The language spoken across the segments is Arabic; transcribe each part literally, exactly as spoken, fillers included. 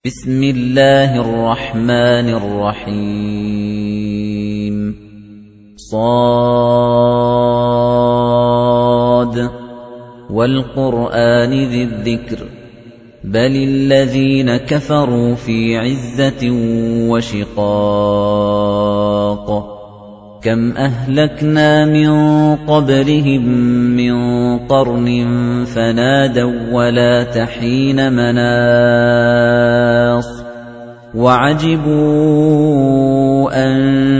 بسم الله الرحمن الرحيم صاد والقرآن ذي الذكر بل الذين كفروا في عزة وشقاق كم أهلكنا من قبلهم من قرن فنادوا ولا تحين مناص وعجبوا أن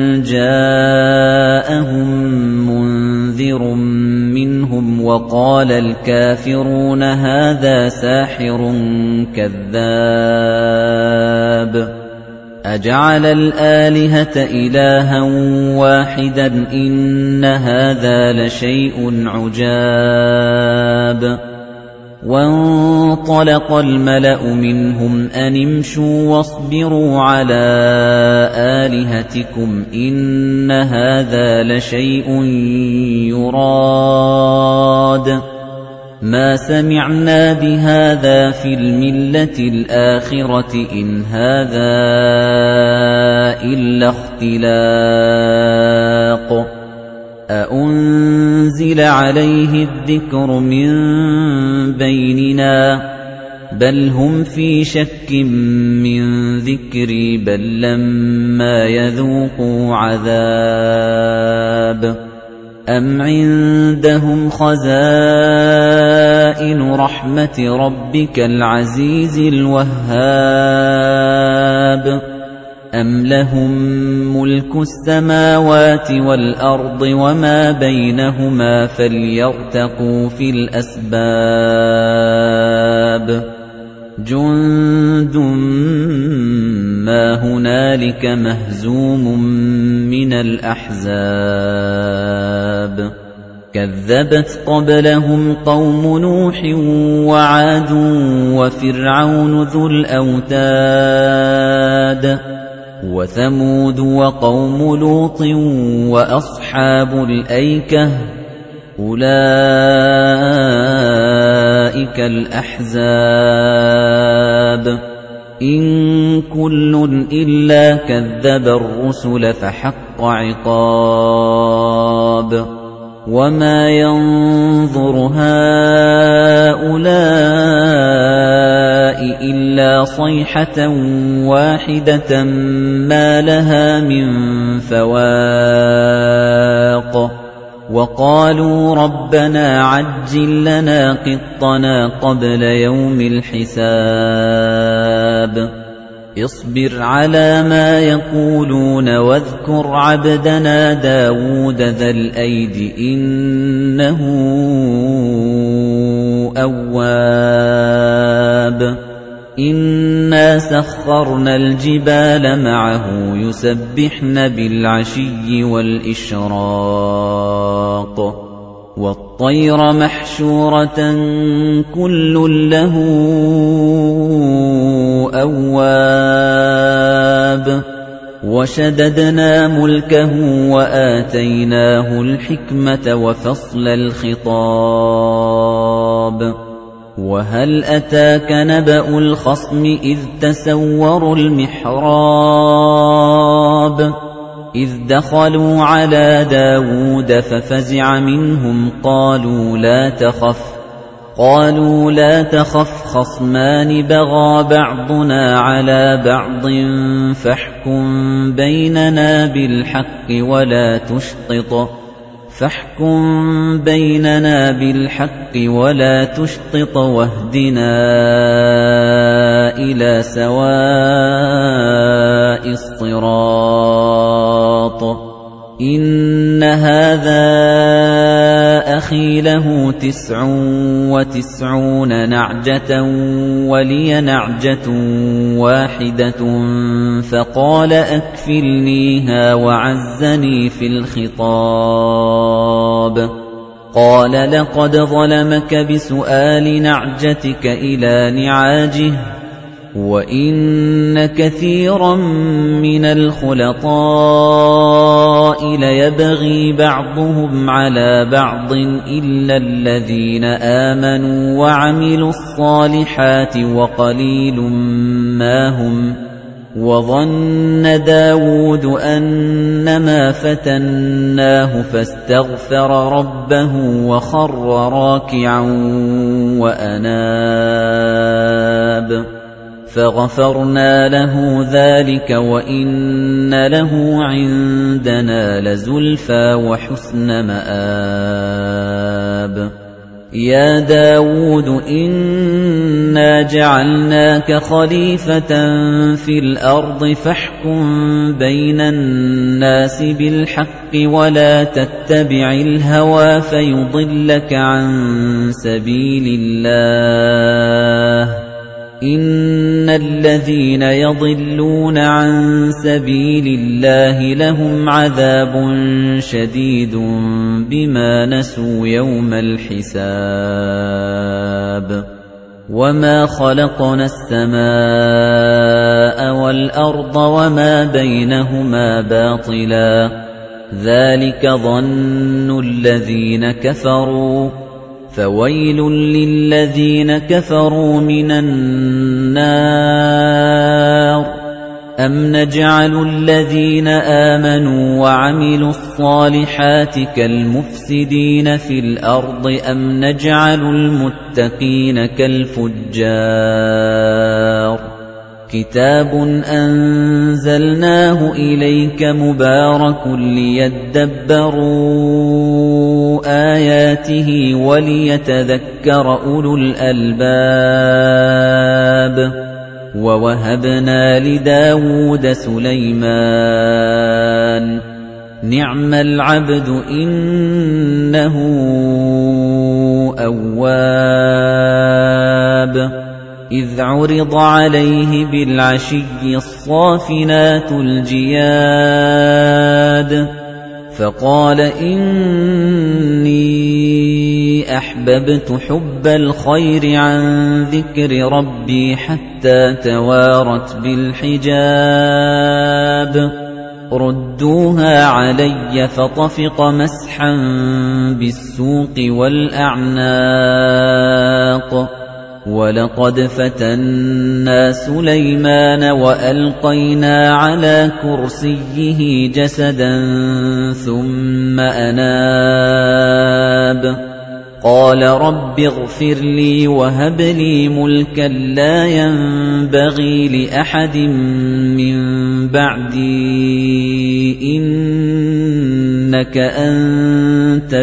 جاءهم منذر منهم وقال الكافرون هذا ساحر كذاب أجعل الآلهة إلها واحدا إن هذا لشيء عجاب وانطلق الملأ منهم أن امشوا واصبروا على آلهتكم إن هذا لشيء يراد ما سمعنا بهذا في الملة الآخرة إن هذا إلا اختلاق أأنزل عليه الذكر من بيننا بل هم في شك من ذكري بل لما يذوقوا عذاب أَمْ عِندَهُمْ خَزَائِنُ رَحْمَةِ رَبِّكَ الْعَزِيزِ الْوَهَّابِ أَمْ لَهُم مُّلْكُ السَّمَاوَاتِ وَالْأَرْضِ وَمَا بَيْنَهُمَا فَلْيَرْتَقُوا فِي الْأَسْبَابِ جُندٌ مَّا هُنَالِكَ مَهْزُومٌ مِّنَ الْأَحْزَابِ كَذَّبَتْ قَبْلَهُمْ قَوْمُ نُوحٍ وَعَادٌ وَفِرْعَوْنُ ذُو الْأَوْتَادِ وَثَمُودُ وَقَوْمُ لُوطٍ وَأَصْحَابُ الْأَيْكَةِ أُولَئِكَ الْأَحْزَابُ إِن كُلٌّ إِلَّا كَذَّبَ الرُّسُلَ فَحَقَّ عِقَابِ وَمَا يَنظُرُ هَؤُلَاءِ إِلَّا صَيْحَةً وَاحِدَةً مَا لَهَا مِن فَوَاقٍ وَقَالُوا رَبَّنَا عَجِّل لَّنَا قِطَّنَا قَبْلَ يَوْمِ الْحِسَابِ اصْبِرْ عَلَىٰ مَا يَقُولُونَ وَاذْكُرْ عَبْدَنَا دَاوُودَ ذَا الْأَيْدِ إِنَّهُ أَوَّابٌ إِنَّا سَخَّرْنَا الْجِبَالَ مَعَهُ يُسَبِّحْنَ بِالْعَشِيِّ وَالْإِشْرَاقِ وَالطَّيْرَ مَحْشُورَةً كُلٌّ لَّهُ أَوَّابٌ وَشَدَدْنَا مُلْكَهُ وَآتَيْنَاهُ الْحِكْمَةَ وَفَصْلَ الْخِطَابِ وَهَلْ أَتَاكَ نَبَأُ الْخَصْمِ إِذْ تَسَوَّرُوا الْمِحْرَابَ إِذْ دَخَلُوا عَلَى دَاوُودَ فَفَزِعَ مِنْهُمْ قَالُوا لَا تَخَفْ قَالُوا لَا تَخَفْ خَصْمَانِ بَغَىٰ بَعْضُنَا عَلَىٰ بَعْضٍ فَاحْكُم بَيْنَنَا بِالْحَقِّ وَلَا تُشْطِطْ فَاحْكُم بَيْنَنَا بِالْحَقِّ وَلَا تُشْطِطْ وَاهْدِنَا إِلَىٰ سَوَاءِ الصِّرَاطِ إِنَّ هَٰذَا أَخِي لَهُ تِسْعٌ وَتِسْعُونَ نَعْجَةً وَلِيَ نَعْجَةٌ وَاحِدَةٌ فَقَالَ أَكْفِلْنِيهَا وَعَزَّنِي فِي الْخِطَابِ قَالَ لَقَدْ ظَلَمَكَ بِسُؤَالِ نَعْجَتِكَ إِلَىٰ نِعَاجِهِ وَإِنَّ كَثِيرًا مِّنَ الْخُلَطَاءِ الْقَبَائِلَ يَبْغِي بَعْضُهُمْ عَلَى بَعْضٍ إِلَّا الَّذِينَ آمَنُوا وَعَمِلُوا الصَّالِحَاتِ وَقَلِيلٌ مَّا هُمْ وَظَنَّ دَاوُودُ أَنَّمَا فَتَنَّاهُ فَاسْتَغْفَرَ رَبَّهُ وَخَرَّ رَاكِعًا وَأَنَابَ فَغَفَرْنَا لَهُ ذَلِكَ وَإِنَّ لَهُ عِندَنَا لَزُلْفَىٰ وَحُسْنَ مَآبٍ يَا دَاوُودُ إِنَّا جَعَلْنَاكَ خَلِيفَةً فِي الْأَرْضِ فَاحْكُم بَيْنَ النَّاسِ بِالْحَقِّ وَلَا تَتَّبِعِ الْهَوَىٰ فَيُضِلَّكَ عَن سَبِيلِ اللَّهِ ۚ إِنَّ الَّذِينَ يَضِلُّونَ عَن سَبِيلِ اللَّهِ لَهُمْ عَذَابٌ شَدِيدٌ بِمَا نَسُوا يَوْمَ الْحِسَابِ وَمَا خَلَقْنَا السَّمَاءَ وَالْأَرْضَ وَمَا بَيْنَهُمَا بَاطِلًا ذَلِكَ ظَنُّ الَّذِينَ كَفَرُوا فَوَيْلٌ لِّلَّذِينَ كَفَرُوا مِنَ النَّارِ أَمْ نَجْعَلُ الَّذِينَ آمَنُوا وَعَمِلُوا الصَّالِحَاتِ كَالْمُفْسِدِينَ فِي الْأَرْضِ أَمْ نَجْعَلُ الْمُتَّقِينَ كَالْفُجَّارِ كِتَابٌ أَنزَلْنَاهُ إِلَيْكَ مُبَارَكٌ لِّيَدَّبَّرُوا آيَاتِهِ وَلِيَتَذَكَّرَ أُولُو الْأَلْبَابِ وَوَهَبْنَا لِدَاوُودَ سُلَيْمَانَ نِعْمَ الْعَبْدُ إِنَّهُ أَوَّابٌ إِذْ عُرِضَ عَلَيْهِ بِالْعَشِيِّ الصَّافِنَاتُ الْجِيَادُ فَقَالَ إِنِّي أَحْبَبْتُ حُبَّ الْخَيْرِ عَن ذِكْرِ رَبِّي حَتَّى تَوَارَتْ بِالْحِجَابِ رُدُّوهَا عَلَيَّ فَطَفِقَ مَسْحًا بِالسُّوقِ وَالْأَعْنَاقِ وَلَقَدْ فَتَنَّا سُلَيْمَانَ وَأَلْقَيْنَا عَلَى كُرْسِيِّهِ جَسَدًا ثُمَّ أَنَابَ قَالَ رَبِّ اغْفِرْ لِي وَهَبْ لِي مُلْكًا لَّا يَنبَغِي لِأَحَدٍ مِّن بَعْدِي إِنَّكَ أَنتَ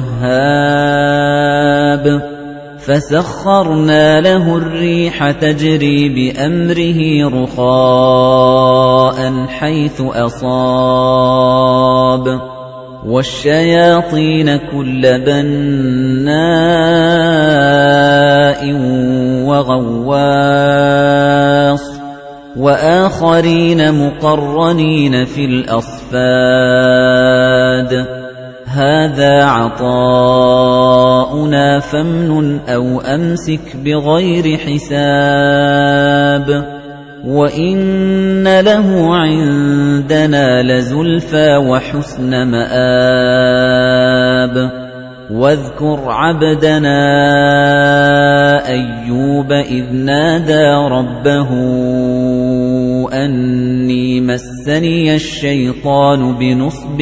الْوَهَّابُ فَسَخَّرْنَا لَهُ الرِّيحَ تَجْرِي بِأَمْرِهِ رُخَاءً حَيْثُ أَصَابَ وَالشَّيَاطِينَ كُلَّ بَنَّاءٍ وَغَوَّاصٍ وَآخَرِينَ مُقَرَّنِينَ فِي الْأَصْفَادِ هَذَا عَطَاؤُنَا فَامْنُنْ أَوْ أَمْسِكْ بِغَيْرِ حِسَابٍ وَإِنَّ لَهُ عِندَنَا لَزُلْفَىٰ وَحُسْنَ مَآبٍ وَاذْكُرْ عَبْدَنَا أَيُّوبَ إِذْ نَادَىٰ رَبَّهُ أَنِّي مَسَّنِيَ الشَّيْطَانُ بِنُصْبٍ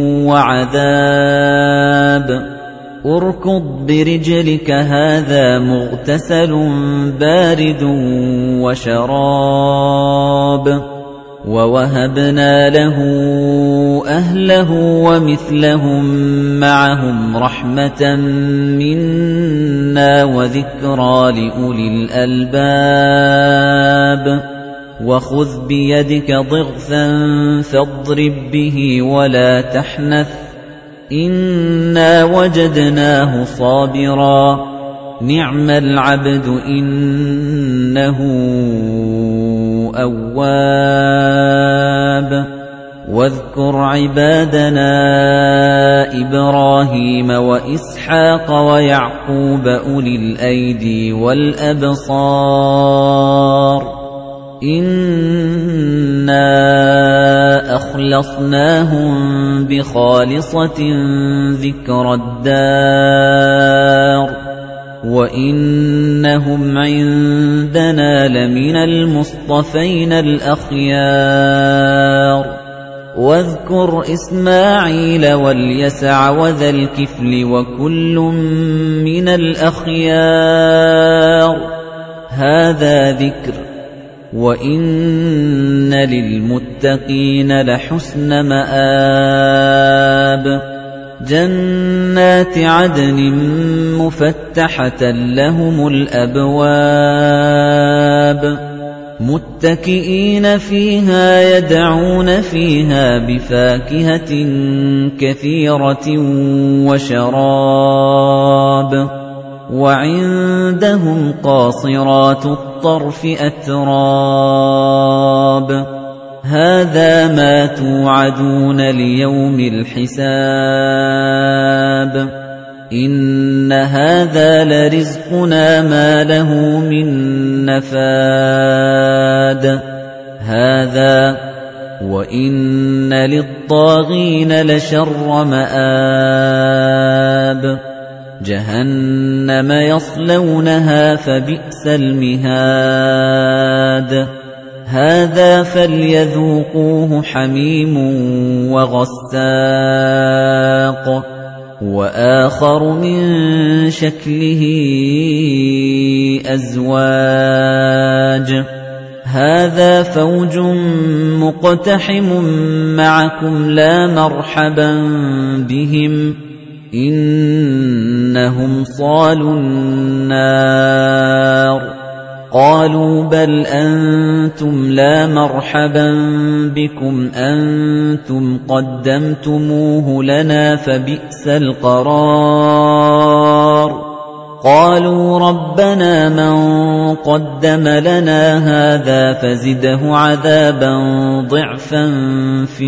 وَعَذَابٍ ارْكُضْ بِرِجْلِكَ هَٰذَا مُغْتَسَلٌ بَارِدٌ وَشَرَابٌ وَوَهَبْنَا لَهُ أَهْلَهُ وَمِثْلَهُم مَّعَهُمْ رَحْمَةً مِّنَّا وَذِكْرَىٰ لِأُولِي الْأَلْبَابِ وَخُذْ بِيَدِكَ ضِغْثًا فَاضْرِب بِّهِ وَلَا تَحْنَثْ إِنَّا وَجَدْنَاهُ صَابِرًا نِعْمَ الْعَبْدُ إِنَّهُ أَوَّابٌ وَاذْكُرْ عِبَادَنَا إِبْرَاهِيمَ وَإِسْحَاقَ وَيَعْقُوبَ أُولِي الْأَيْدِي وَالْأَبْصَارِ إِنَّا أَخْلَصْنَاهُم أَخْلَصْنَاهُم بِخَالِصَةٍ ذِكْرَى الدَّارِ وَإِنَّهُمْ عِندَنَا لَمِنَ الْمُصْطَفَيْنَ الْأَخْيَارِ وَاذْكُرْ إِسْمَاعِيلَ وَالْيَسَعَ وَذَا الْكِفْلِ وَكُلٌّ مِّنَ الْأَخْيَارِ هَذَا ذِكْرٌ وَإِنَّ لِلْمُتَّقِينَ لَحُسْنَ مَآبٍ جَنَّاتِ عَدْنٍ مُفَتَّحَةً لَّهُمُ الْأَبْوَابُ مُتَّكِئِينَ فِيهَا يَدْعُونَ فِيهَا بِفَاكِهَةٍ كَثِيرَةٍ وَشَرَابٍ وَعِندَهُمْ قَاصِرَاتُ الطَّرْفِ أَتْرَابٌ هَذَا مَا تُوعَدُونَ لِيَوْمِ الْحِسَابِ إِنَّ هَذَا لَرِزْقُنَا مَا لَهُ مِن نَّفَادٍ هَذَا وَإِنَّ لِلطَّاغِينَ لَشَرَّ مَآبٍ جَهَنَّمَ يَصْلَوْنَهَا فَبِئْسَ الْمِهَادُ هَذَا فَلْيَذُوقُوهُ حَمِيمٌ وَغَسَّاقٌ وَآخَرُ مِن شَكْلِهِ أَزْوَاجٌ هَذَا فَوْجٌ مُقْتَحِمٌ مَّعَكُمْ لَا مَرْحَبًا بِهِمْ إِنَّهُمْ صَالُو النَّارِ قَالُوا بَلْ أَنتُمْ لَا مَرْحَبًا بِكُمْ أَنتُمْ قَدَّمْتُمُوهُ لَنَا فَبِئْسَ الْقَرَارُ قَالُوا رَبَّنَا مَن قَدَّمَ لَنَا هَٰذَا فَزِدْهُ عَذَابًا ضِعْفًا فِي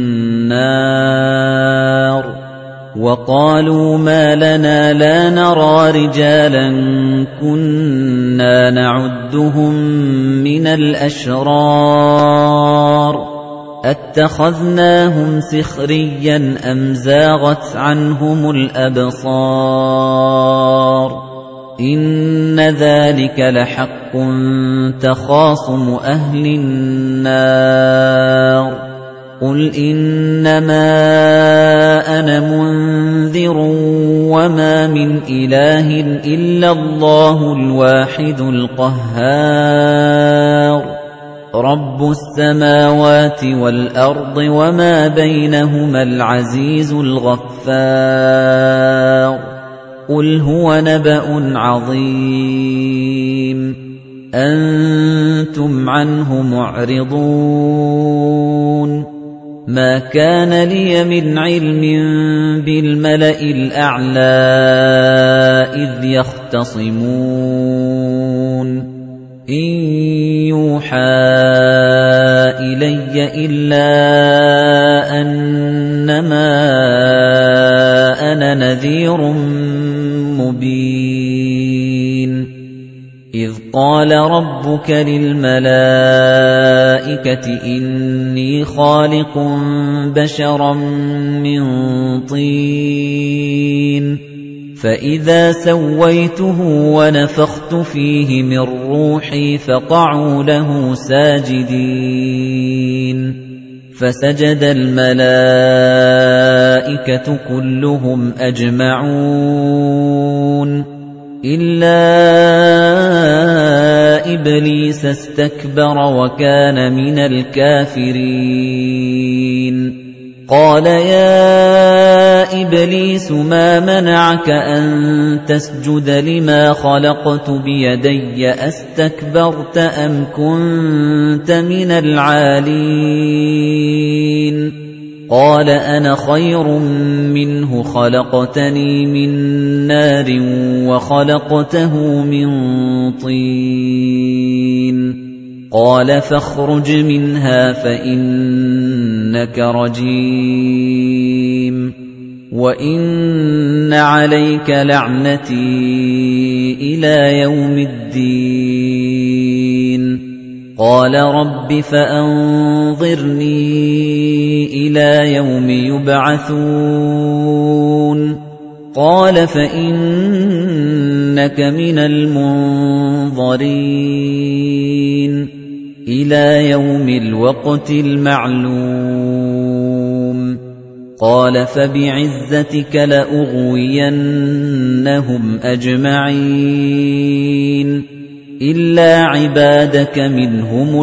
النَّارِ وَقَالُوا مَا لَنَا لَا نَرَىٰ رِجَالًا كُنَّا نَعُدُّهُم مِّنَ الْأَشْرَارِ أَتَّخَذْنَاهُمْ سِخْرِيًّا أَمْ زَاغَتْ عَنْهُمُ الْأَبْصَارُ إِنَّ ذَلِكَ لَحَقٌّ تَخَاصُمُ أَهْلِ النَّارِ قُلْ إِنَّمَا أَنَا مُنذِرٌ وَمَا مِنْ إِلَٰهٍ إِلَّا اللَّهُ الْوَاحِدُ الْقَهَّارُ رَبُّ السَّمَاوَاتِ وَالْأَرْضِ وَمَا بَيْنَهُمَا الْعَزِيزُ الْغَفَّارُ قُلْ هُوَ نَبَأٌ عَظِيمٌ أَنتُمْ عَنْهُ مُعْرِضُونَ مَا كَانَ لِيَ مِنْ عِلْمٍ بِالْمَلَإِ الْأَعْلَى إِذْ يَخْتَصِمُونَ إِنْ يُوحَىٰ إِلَيَّ إِلَّا أَنَّمَا أَنَا نَذِيرٌ مُبِينٌ إِذْ قَالَ رَبُّكَ لِلْمَلَائِكَةِ إِنِّي خَالِقٌ بَشَرًا مِّن طِينٍ فَإِذَا سَوَّيْتُهُ وَنَفَخْتُ فِيهِ مِن رُّوحِي فَقَعُوا لَهُ سَاجِدِينَ فَسَجَدَ الْمَلَائِكَةُ كُلُّهُمْ أَجْمَعُونَ إِلَّا إِبْلِيسَ اسْتَكْبَرَ وَكَانَ مِنَ الْكَافِرِينَ قَالَ يَا إِبْلِيسُ مَا مَنَعَكَ أَن تَسْجُدَ لِمَا خَلَقْتُ بِيَدَيَّ أَسْتَكْبَرْتَ أَمْ كُنتَ مِنَ الْعَالِينَ قَالَ أَنَا خَيْرٌ مِّنْهُ خَلَقْتَنِي مِن نَّارٍ وَخَلَقْتَهُ مِن طِينٍ قَالَ فَاخْرُجْ مِنْهَا فَإِنَّكَ رَجِيمٌ وَإِنَّ عَلَيْكَ لَعْنَتِي إِلَى يَوْمِ الدِّينِ قَالَ رَبِّ فَأَنظِرْنِي إِلَىٰ يَوْمِ يُبْعَثُونَ قَالَ فَإِنَّكَ مِنَ الْمُنظَرِينَ إِلَىٰ يَوْمِ الْوَقْتِ الْمَعْلُومِ قَالَ فَبِعِزَّتِكَ لَأُغْوِيَنَّهُمْ أَجْمَعِينَ إِلَّا عِبَادَكَ مِنْهُمُ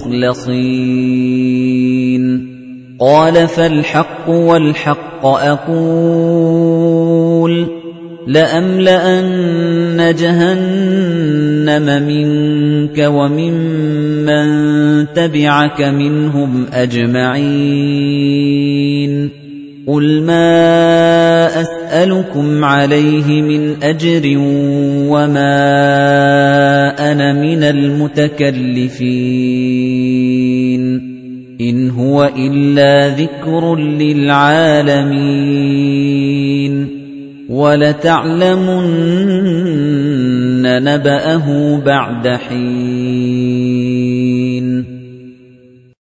الْمُخْلَصِينَ قَالَ فَالْحَقُّ وَالْحَقَّ أَقُولُ لَأَمْلَأَنَّ جَهَنَّمَ مِنكَ وَمِمَّن تَبِعَكَ مِنْهُمْ أَجْمَعِينَ قُلْ مَا أَسْأَلُكُمْ عَلَيْهِ مِنْ أَجْرٍ وَمَا أَنَا مِنَ الْمُتَكَلِّفِينَ إِنْ هُوَ إِلَّا ذِكْرٌ لِّلْعَالَمِينَ وَلَتَعْلَمُنَّ نَبَأَهُ بَعْدَ حِينٍ